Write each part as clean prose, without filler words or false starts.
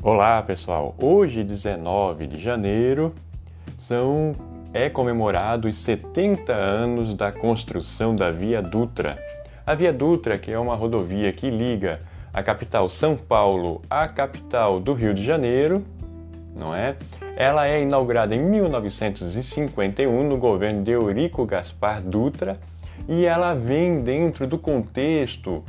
Olá pessoal, hoje 19 de janeiro é comemorado os 70 anos da construção da Via Dutra. A Via Dutra, que é uma rodovia que liga a capital São Paulo à capital do Rio de Janeiro, não é? Ela é inaugurada em 1951 no governo de Eurico Gaspar Dutra e ela vem dentro do contexto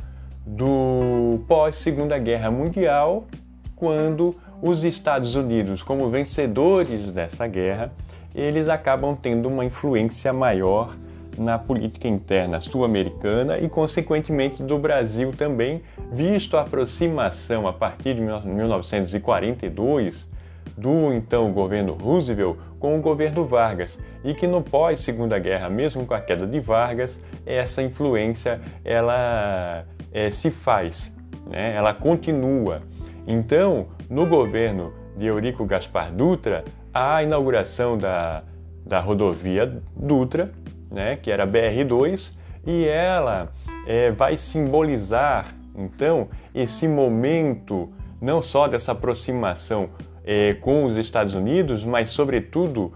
do pós-Segunda Guerra Mundial, quando os Estados Unidos, como vencedores dessa guerra, eles acabam tendo uma influência maior na política interna sul-americana e, consequentemente, do Brasil também, visto a aproximação a partir de 1942 do então governo Roosevelt com o governo Vargas, e que no pós-Segunda Guerra, mesmo com a queda de Vargas, essa influência ela se faz, né? Ela continua. Então, no governo de Eurico Gaspar Dutra, a inauguração da rodovia Dutra, né, que era a BR-2, e ela vai simbolizar, então, esse momento não só dessa aproximação com os Estados Unidos, mas, sobretudo,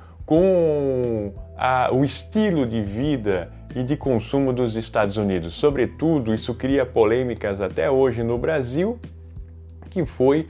com o estilo de vida e de consumo dos Estados Unidos. Sobretudo, isso cria polêmicas até hoje no Brasil, que foi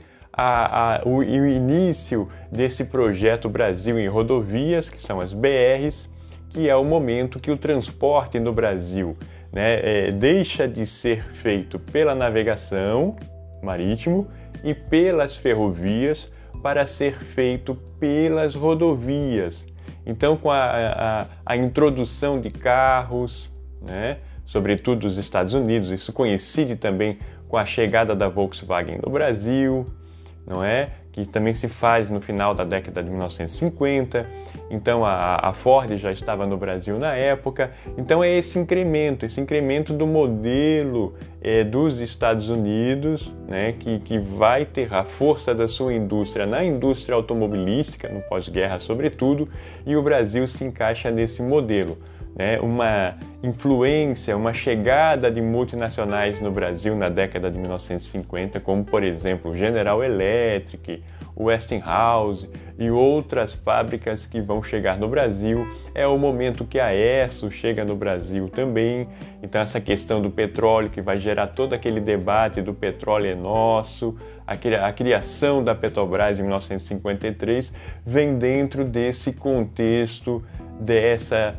o início desse projeto Brasil em Rodovias, que são as BRs, que é o momento que o transporte no Brasil, né, deixa de ser feito pela navegação marítimo e pelas ferrovias para ser feito pelas rodovias. Então, com a introdução de carros, né, sobretudo dos Estados Unidos, isso coincide também com a chegada da Volkswagen no Brasil, não é? Que também se faz no final da década de 1950. Então a Ford já estava no Brasil na época. Então é esse incremento do modelo dos Estados Unidos, né, que vai ter a força da sua indústria na indústria automobilística, no pós-guerra sobretudo, e o Brasil se encaixa nesse modelo. Uma influência, uma chegada de multinacionais no Brasil na década de 1950, como, por exemplo, General Electric, Westinghouse e outras fábricas que vão chegar no Brasil. É o momento que a Esso chega no Brasil também. Então, essa questão do petróleo, que vai gerar todo aquele debate do petróleo é nosso, a criação da Petrobras em 1953, vem dentro desse contexto, dessa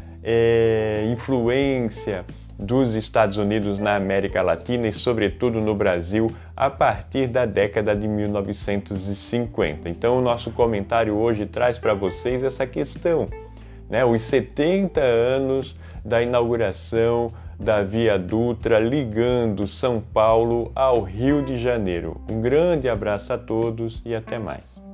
influência dos Estados Unidos na América Latina e, sobretudo, no Brasil, a partir da década de 1950. Então, o nosso comentário hoje traz para vocês essa questão, né? Os 70 anos da inauguração da Via Dutra ligando São Paulo ao Rio de Janeiro. Um grande abraço a todos e até mais.